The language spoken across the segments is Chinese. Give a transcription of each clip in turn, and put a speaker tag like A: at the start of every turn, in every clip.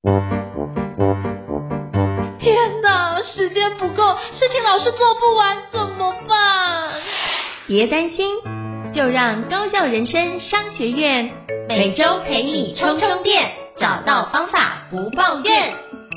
A: 天哪，时间不够，事情老是做不完，怎么办？
B: 别担心，就让高效人生商学院每周陪你充充电，找到方法不抱怨。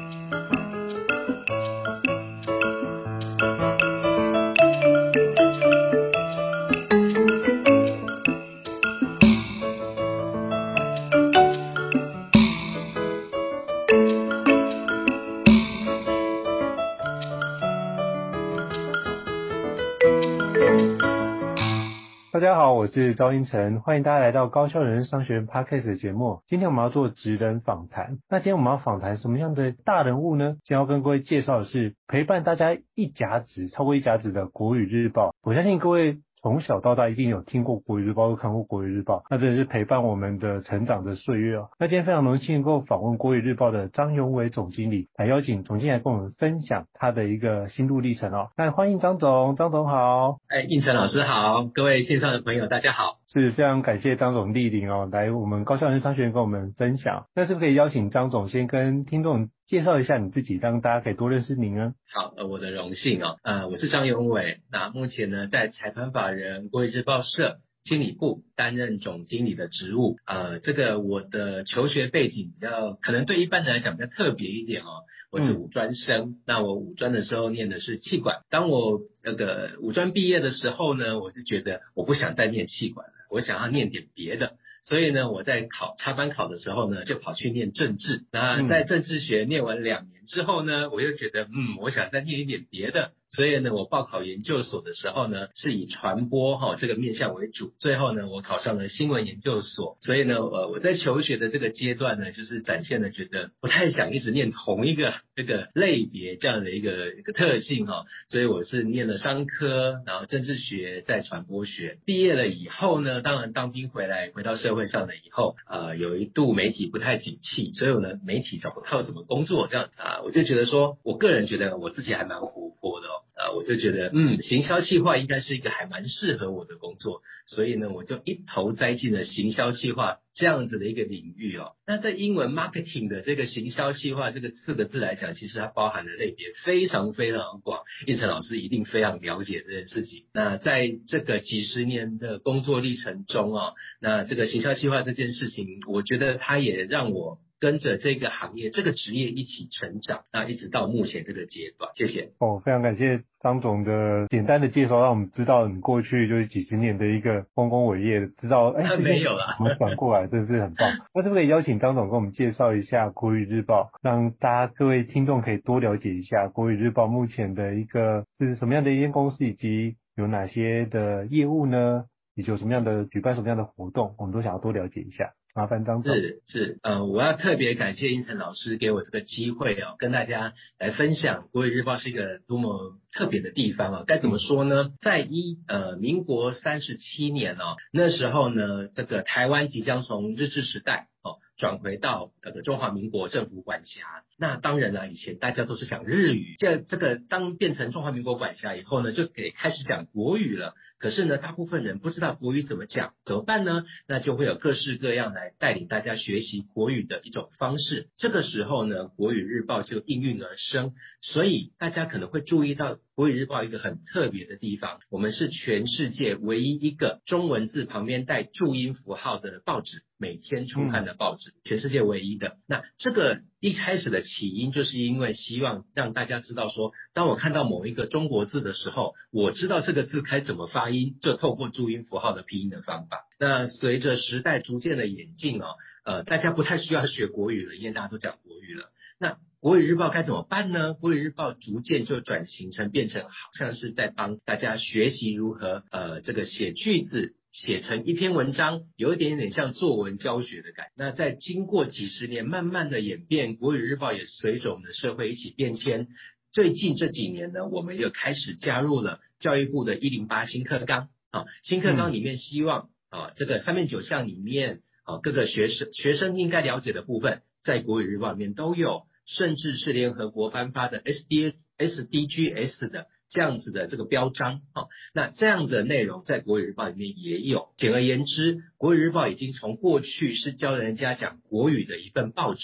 C: 大家好，我是赵英成，欢迎大家来到高效人生商学院 Podcast 的节目。今天我们要做职人访谈。那今天我们要访谈什么样的大人物呢？今天要跟各位介绍的是陪伴大家超过一甲子的国语日报。我相信各位从小到大一定有听过国语日报，都看过国语日报，那真的是陪伴我们的成长的岁月哦。那今天非常荣幸能够访问国语日报的张永伟总经理，来邀请总经理来跟我们分享他的一个心路历程哦。那欢迎张总好。
D: 应成老师好，各位线上的朋友大家好。
C: 是非常感谢张总莅临哦，来我们高效人生商学院跟我们分享。那是不是可以邀请张总先跟听众介绍一下你自己，让大家可以多认识您呢？
D: 好，我的荣幸哦。我是张永伟，那目前呢在财团法人国语日报社经理部担任总经理的职务。这个我的求学背景比较可能对一般人来讲比较特别一点哦。我是五专生，那我五专的时候念的是企管。当我五专毕业的时候呢，我就觉得我不想再念企管了，我想要念点别的。所以呢，我在插班考的时候呢，就跑去念政治。那在政治学念完2年之后呢，我又觉得我想再念一点别的。所以呢，我报考研究所的时候呢，是以传播这个面向为主。最后呢，我考上了新闻研究所。所以呢，我在求学的这个阶段呢，就是展现了觉得不太想一直念同一个这个类别这样的一个特性哈。所以我是念了商科，然后政治学，再传播学。毕业了以后呢，当然当兵回到社会上了以后，有一度媒体不太景气，所以我呢媒体找不到什么工作这样子我就觉得说，我个人觉得我自己还蛮活泼的哦。我就觉得行销企划应该是一个还蛮适合我的工作，所以呢我就一头栽进了行销企划这样子的一个领域哦。那在英文 marketing 的这个行销企划这个4个字来讲，其实它包含的类别非常非常广，应成老师一定非常了解这件事情。那在这个几十年的工作历程中那这个行销企划这件事情，我觉得它也让我跟着这个行业这个职业一起成长，那一直到目前这个阶段。谢谢。
C: 非常感谢张总的简单的介绍，让我们知道你过去就是几十年的一个丰功伟业，知道
D: 没有啦，
C: 我们转过来真是很棒。那是不是可以邀请张总跟我们介绍一下国语日报，让各位听众可以多了解一下国语日报目前的一个是什么样的一间公司，以及有哪些的业务呢？以及有什么样的举办什么样的活动，我们都想要多了解一下。麻烦张总。
D: 我要特别感谢应成老师给我这个机会跟大家来分享国语日报是一个多么特别的地方该怎么说呢？在民国37年那时候呢，这个台湾即将从日治时代转回到中华民国政府管辖。那当然以前大家都是讲日语，这个当变成中华民国管辖以后呢，就得开始讲国语了。可是呢，大部分人不知道国语怎么讲，怎么办呢？那就会有各式各样来带领大家学习国语的一种方式。这个时候呢，国语日报就应运而生。所以大家可能会注意到国语日报一个很特别的地方，我们是全世界唯一一个中文字旁边带注音符号的报纸，每天出刊的报纸，全世界唯一的。那这个一开始的起因就是因为希望让大家知道说，当我看到某一个中国字的时候，我知道这个字该怎么发音，就透过注音符号的拼音的方法。那随着时代逐渐的演进大家不太需要学国语了，因为大家都讲国语了。那国语日报该怎么办呢？国语日报逐渐就转型成变成好像是在帮大家学习如何这个写句子，写成一篇文章，有一点点像作文教学的感觉。那在经过几十年慢慢的演变，国语日报也随着我们的社会一起变迁。最近这几年呢，我们又开始加入了教育部的108新课纲新课纲里面希望这个3面9项里面各个学生应该了解的部分，在国语日报里面都有，甚至是联合国颁发的 SDGs 的这样子的这个标章那这样的内容在国语日报里面也有。简而言之，国语日报已经从过去是教人家讲国语的一份报纸，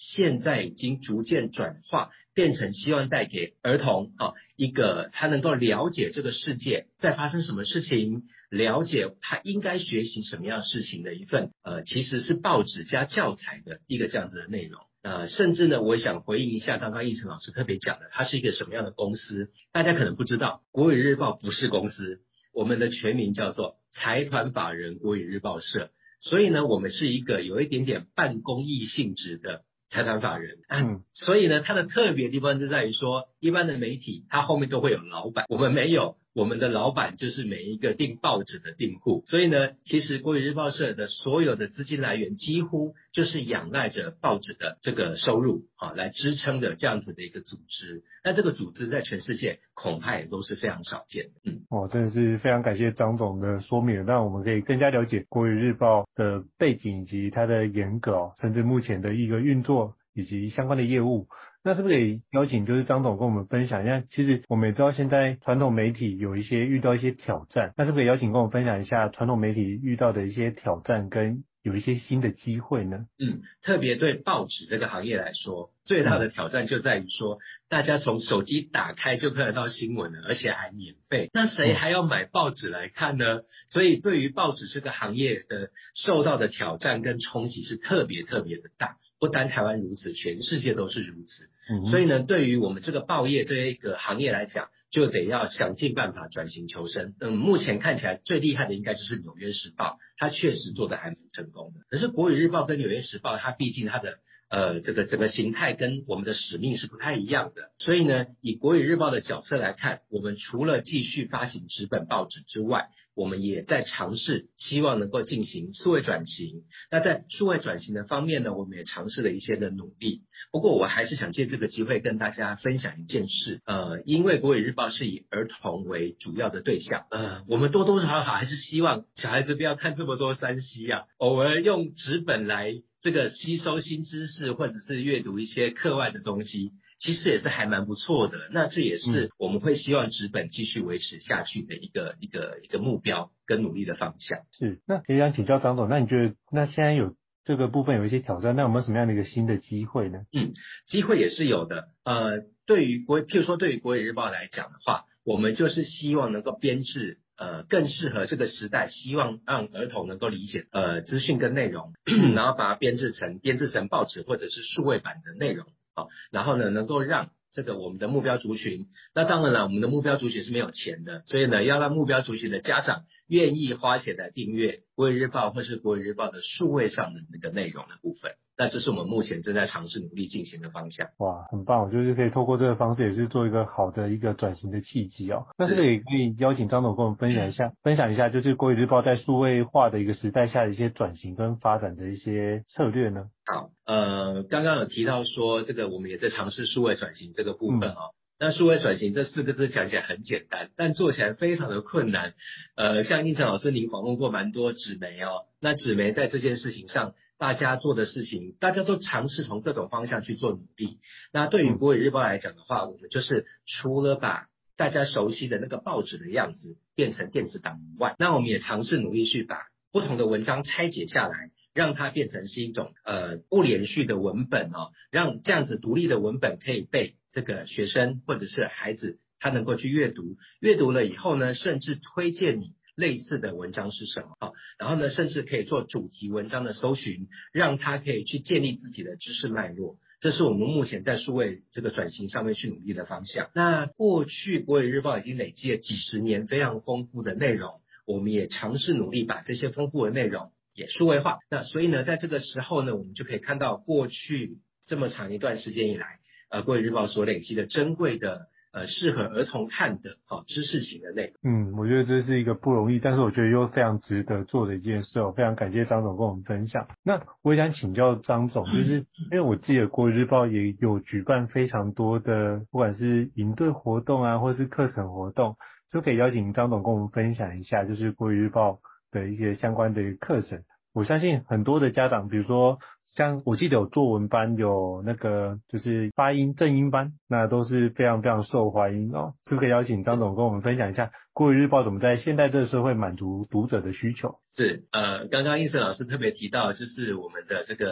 D: 现在已经逐渐转化变成希望带给儿童一个他能够了解这个世界在发生什么事情，了解他应该学习什么样的事情的一份其实是报纸加教材的一个这样子的内容。甚至呢，我想回应一下刚刚奕成老师特别讲的，它是一个什么样的公司？大家可能不知道，国语日报不是公司，我们的全名叫做财团法人国语日报社。所以呢，我们是一个有一点点半公益性质的财团法人。所以呢，它的特别地方就在于说，一般的媒体它后面都会有老板，我们没有。我们的老板就是每一个订报纸的订户，所以呢，其实国语日报社的所有的资金来源几乎就是仰赖着报纸的这个收入来支撑的这样子的一个组织。那这个组织在全世界恐怕也都是非常少见的。
C: 真的是非常感谢张总的说明，让我们可以更加了解国语日报的背景以及它的严格甚至目前的一个运作以及相关的业务。那是不是可以邀请就是张总跟我们分享一下，其实我们也知道现在传统媒体有一些遇到一些挑战，那是不是可以邀请跟我们分享一下传统媒体遇到的一些挑战跟有一些新的机会呢？
D: 特别对报纸这个行业来说，最大的挑战就在于说，大家从手机打开就看得到新闻了，而且还免费，那谁还要买报纸来看呢？所以对于报纸这个行业的受到的挑战跟冲击是特别特别的大，不单台湾如此，全世界都是如此。所以呢，对于我们这个报业这一个行业来讲，就得要想尽办法转型求生。目前看起来最厉害的应该就是纽约时报，它确实做得还蛮成功的。可是国语日报跟纽约时报，它毕竟它的这个整个形态跟我们的使命是不太一样的，所以呢，以国语日报的角色来看，我们除了继续发行纸本报纸之外，我们也在尝试希望能够进行数位转型。那在数位转型的方面呢，我们也尝试了一些的努力。不过我还是想借这个机会跟大家分享一件事，因为国语日报是以儿童为主要的对象，我们多多少少还是希望小孩子不要看这么多3C啊，偶尔用纸本来这个吸收新知识，或者是阅读一些课外的东西，其实也是还蛮不错的。那这也是我们会希望纸本继续维持下去的一个目标跟努力的方向。
C: 是，那可以想请教张总，那你觉得那现在有这个部分有一些挑战，那有没有什么样的一个新的机会呢？
D: 机会也是有的。譬如说对于国语日报来讲的话，我们就是希望能够编制更适合这个时代，希望让儿童能够理解资讯跟内容，然后把它编制成报纸或者是数位版的内容，然后呢能够让这个我们的目标族群，那当然了，我们的目标族群是没有钱的，所以呢要让目标族群的家长愿意花钱来订阅国语日报或是国语日报的数位上的那个内容的部分。那这是我们目前正在尝试努力进行的方向。
C: 哇，很棒，就是可以透过这个方式也是做一个好的一个转型的契机哦。那这个也可以邀请張總跟我們分享一下就是國語日報在數位化的一個時代下的一些轉型跟發展的一些策略呢？
D: 好，剛剛有提到說這個我們也在嘗試數位轉型這個部分那數位轉型這4個字講起來很簡單，但做起來非常的困難。像應成老師您訪問過蠻多紙媒那紙媒在這件事情上大家做的事情，大家都嘗試從各種方向去做努力。那對於國語日報來講的話，我們就是除了把大家熟悉的那個報紙的樣子變成電子檔以外，那我們也嘗試努力去把不同的文章拆解下來，讓它變成是一種不連續的文本讓這樣子獨立的文本可以被這個學生或者是孩子他能夠去閱讀，閱讀了以後呢，甚至推薦你類似的文章是什麼然後呢，甚至可以做主題文章的搜尋，讓他可以去建立自己的知識脈絡。這是我們目前在數位這個轉型上面去努力的方向。那過去國語日報已經累積了幾十年非常豐富的內容，我們也嘗試努力把這些豐富的內容也數位化。那所以呢，在這個時候呢，我們就可以看到過去這麼長一段時間以來，國語日報所累積的珍貴的適合兒童看的知識型的內容。
C: 我覺得這是一個不容易，但是我覺得又非常值得做的一件事非常感謝張總跟我們分享。那我也想請教張總，就是因為我記得國語日報也有舉辦非常多的不管是營隊活動啊，或是課程活動，就可以邀請張總跟我們分享一下就是國語日報的一些相關的課程。我相信很多的家長，比如說像我記得有作文班，有那個就是發音正音班，那都是非常非常受歡迎是不是可以邀請張總跟我們分享一下國語日報怎麼在現代這個社會滿足讀者的需求？
D: 是，剛剛應成老師特別提到，就是我們的這個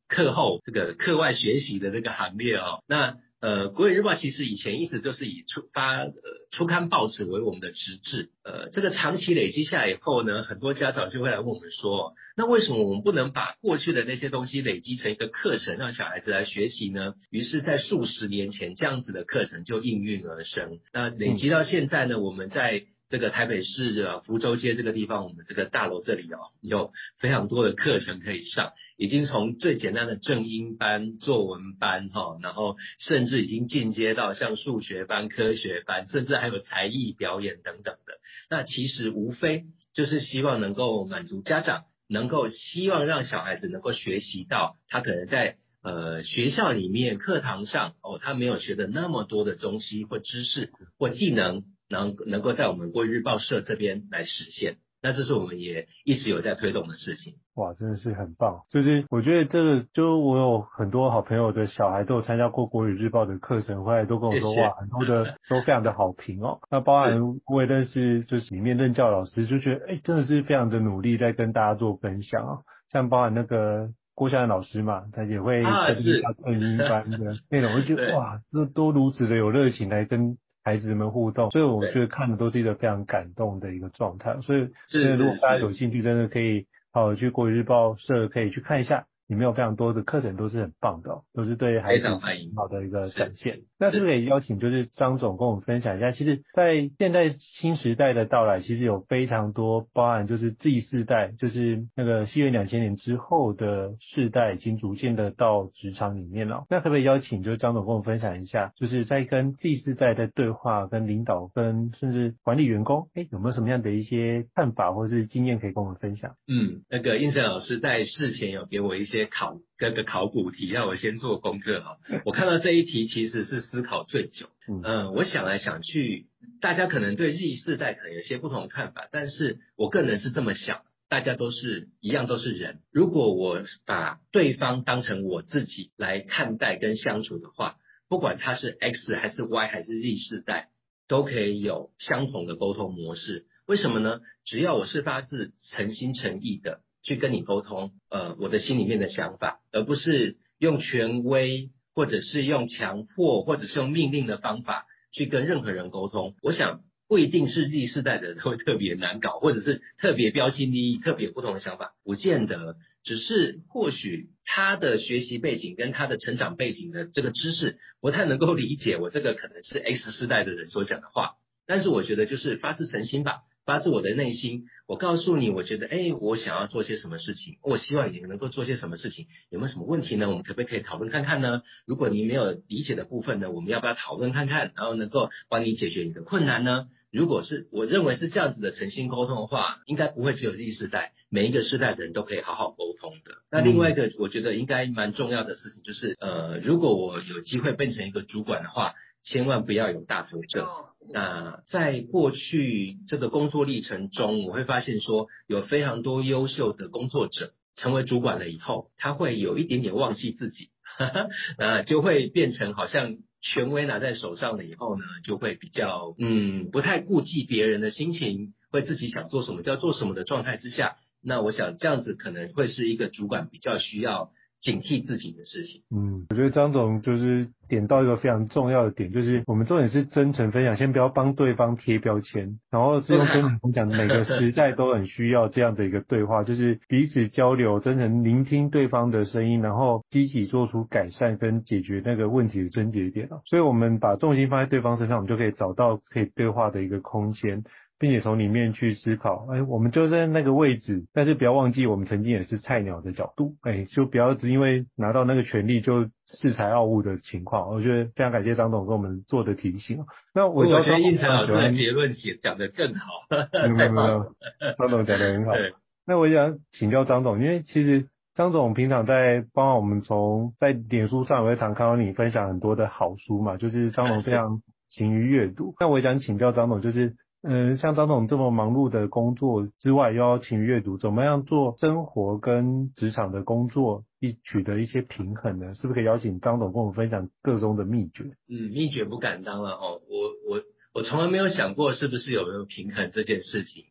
D: 课后这个课外学习的这个行列哦。那国语日报其实以前一直都是以出刊报纸为我们的职志，这个长期累积下来以后呢，很多家长就会来问我们说，那为什么我们不能把过去的那些东西累积成一个课程，让小孩子来学习呢？于是，在数十年前，这样子的课程就应运而生。那累积到现在呢，我们在这个台北市福州街这个地方，我们这个大楼这里有非常多的课程可以上。已经从最简单的正音班、作文班然后甚至已经进阶到像数学班、科学班，甚至还有才艺表演等等的。那其实无非就是希望能够满足家长，能够希望让小孩子能够学习到他可能在学校里面课堂上他没有学的那么多的东西或知识或技能，能够在我们国语日报社这边来实现。那这是我们也一直有在推动的事情。
C: 哇，真的是很棒！就是我觉得这个，就我有很多好朋友的小孩都有参加过国语日报的课程，后来都跟我说，
D: 谢谢
C: 哇，很多的都非常的好评哦。那包含我也认识，就是里面任教老师就觉得，真的是非常的努力在跟大家做分享哦。像包含那个郭夏兰老师嘛，他也会设定他正音班的内容，我就觉得哇，这都如此的有热情来跟孩子们互动，所以我觉得看的都是一个非常感动的一个状态。所以如果大家有兴趣，真的可以去国语日报社可以去看一下，里面有非常多的课程都是很棒的都是对孩子很好的一个展现。那是不是可以邀请就是张总跟我们分享一下，其实在现在新时代的到来，其实有非常多包含就是 Z 世代，就是那个西元2000年之后的世代已经逐渐的到职场里面了。那可不可以邀请就是张总跟我们分享一下，就是在跟 Z 世代在对话，跟领导跟甚至管理员工有没有什么样的一些看法或是经验可以跟我们分享？
D: 那个应成老师在事前有给我一些考古题，让我先做功课我看到这一题其实是思考最久。我想来想去，大家可能对 Z 世代可能有些不同的看法，但是我个人是这么想，大家都是一样，都是人。如果我把对方当成我自己来看待跟相处的话，不管他是 X 还是 Y 还是 Z 世代，都可以有相同的沟通模式。为什么呢？只要我是发自诚心诚意的去跟你沟通，我的心里面的想法，而不是用权威或者是用强迫或者是用命令的方法去跟任何人沟通。我想不一定是 Z 世代的人会特别难搞，或者是特别标新立异、特别不同的想法，不见得。只是或许他的学习背景跟他的成长背景的这个知识不太能够理解我这个可能是 X 世代的人所讲的话，但是我觉得就是发自诚心吧，发自我的内心，我告诉你，我觉得我想要做些什么事情，我希望你能够做些什么事情，有没有什么问题呢？我们可不可以讨论看看呢？如果你没有理解的部分呢，我们要不要讨论看看，然后能够帮你解决你的困难呢？如果是我认为是这样子的诚心沟通的话，应该不会只有 Z 世代，每一个世代的人都可以好好沟通的。那另外一个我觉得应该蛮重要的事情就是如果我有机会变成一个主管的话，千万不要有大头症。那在过去这个工作历程中，我会发现说有非常多优秀的工作者成为主管了以后，他会有一点点忘记自己就会变成好像权威拿在手上了以后呢，就会比较不太顾忌别人的心情，会自己想做什么就要做什么的状态之下，那我想这样子可能会是一个主管比较需要警惕自己的事情。
C: 我觉得张总就是点到一个非常重要的点，就是我们重点是真诚分享，先不要帮对方贴标签，然后是用真诚分享，每个时代都很需要这样的一个对话，就是彼此交流，真诚聆听对方的声音，然后积极做出改善跟解决那个问题的症结点。所以我们把重心放在对方身上，我们就可以找到可以对话的一个空间，并且从里面去思考，我们就在那个位置，但是不要忘记我们曾经也是菜鸟的角度，就不要只因为拿到那个权利就恃才傲物的情况。我觉得非常感谢张总跟我们做的提醒。那我觉
D: 得应成老师的结论讲得更好，
C: 没有，张总讲得很好。那我想请教张总，因为其实张总平常在帮我们在脸书上也会常看到你分享很多的好书嘛，就是张总非常勤于阅读。那我也想请教张总，就是像张总这么忙碌的工作之外，又要勤于阅读，怎么样做生活跟职场的工作取得一些平衡呢？是不是可以邀请张总跟我们分享个中的秘诀？
D: 秘诀不敢当了我从来没有想过是不是有没有平衡这件事情。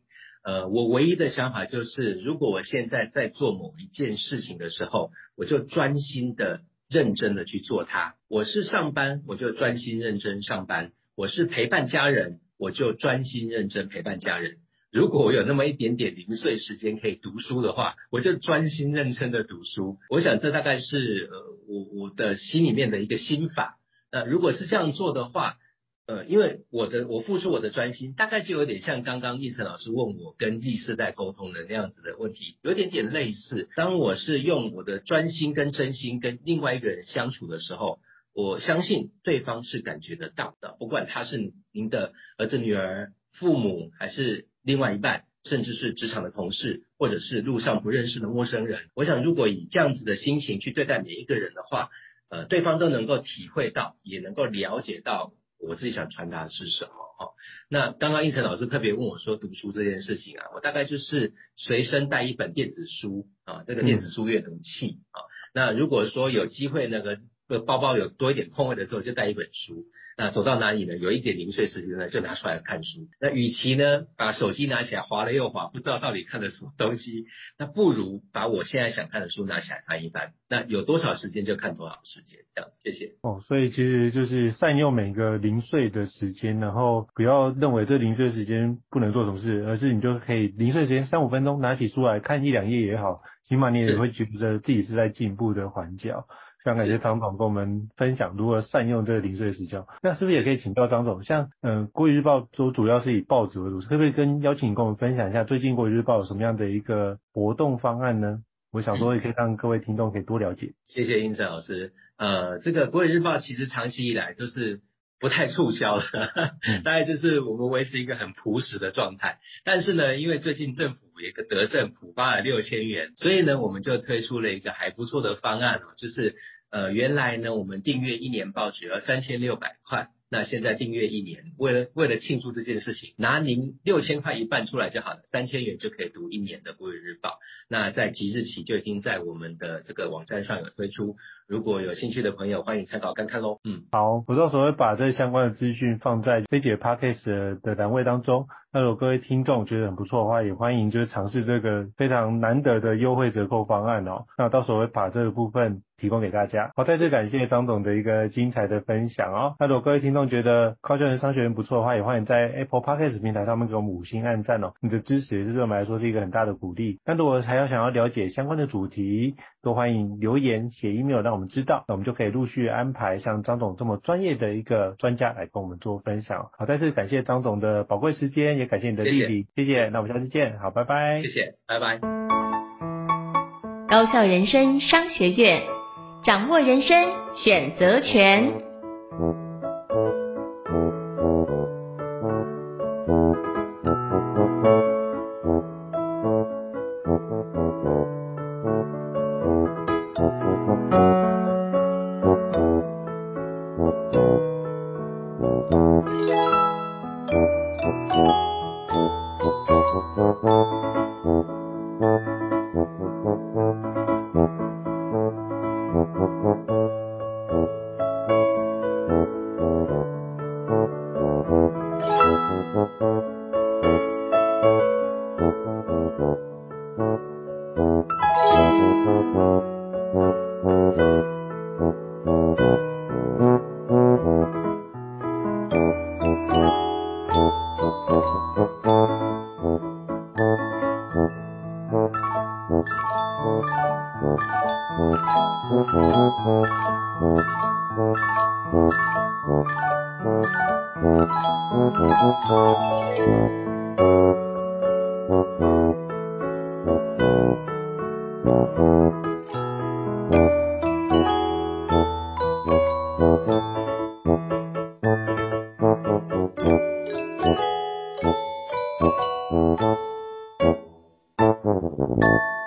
D: 我唯一的想法就是，如果我现在在做某一件事情的时候，我就专心的、认真的去做它。我是上班，我就专心认真上班；我是陪伴家人，我就专心认真陪伴家人。如果我有那么一点点零碎时间可以读书的话，我就专心认真的读书。我想这大概是我的心里面的一个心法。如果是这样做的话，因为我付出我的专心，大概就有点像刚刚奕晨老师问我跟第四代沟通的那样子的问题，有点点类似。当我是用我的专心跟真心跟另外一个人相处的时候，我相信对方是感觉得到的，不管他是您的儿子女儿、父母，还是另外一半，甚至是职场的同事，或者是路上不认识的陌生人。我想如果以这样子的心情去对待每一个人的话，对方都能够体会到，也能够了解到我自己想传达的是什么。那刚刚奕晨老师特别问我说读书这件事情啊，我大概就是随身带一本电子书啊，这个电子书阅读器啊。那如果说有机会那个包包有多一点空位的时候，就带一本书。那走到哪里呢，有一点零碎时间呢，就拿出来看书。那与其呢把手机拿起来滑了又滑，不知道到底看了什么东西，那不如把我现在想看的书拿起来翻一翻。那有多少时间就看多少时间，这样。谢谢。
C: 所以其实就是善用每个零碎的时间，然后不要认为这零碎时间不能做什么事，而是你就可以零碎时间3-5分钟拿起书来看1-2页也好，起码你也会觉得自己是在进步的环节。非常感谢张总跟我们分享如何善用这个零碎时间。那是不是也可以请教张总，像国语日报主要是以报纸为主，可不可以邀请跟我们分享一下最近国语日报有什么样的一个活动方案呢？我想说也可以让各位听众可以多了解。
D: 谢谢英晨老师。这个国语日报其实长期以来都是不太促销的，大概就是我们维持一个很朴实的状态。但是呢，因为最近政府有一个德政普发了6000元，所以呢，我们就推出了一个还不错的方案就是原来呢我们订阅1年报纸要3600块。那现在订阅1年，为了庆祝这件事情，拿您6000块一半出来就好了，3000元就可以读1年的国语日报。那在即日起就已经在我们的这个网站上有推出，如果有兴趣的朋友，欢迎参考看看咯。
C: 好，我到时候会把这相关的资讯放在这节 podcast 的栏位当中。那如果各位听众觉得很不错的话，也欢迎就是尝试这个非常难得的优惠折扣方案那到时候会把这个部分提供给大家。好，再次感谢张总的一个精彩的分享那如果各位听众觉得高效人商学院不错的话，也欢迎在 Apple Podcast 平台上面给我们5星按赞你的支持对我们来说是一个很大的鼓励。那如果还想要了解相关的主题，都欢迎留言写 email 让我们知道，那我们就可以陆续安排像张总这么专业的一个专家来跟我们做分享。好，再次感谢张总的宝贵时间，也感谢你的莅临，谢谢。那我们下次见，好，拜拜。
D: 谢谢，拜拜。
B: 高效人生商学院，掌握人生选择权。
E: Thank you.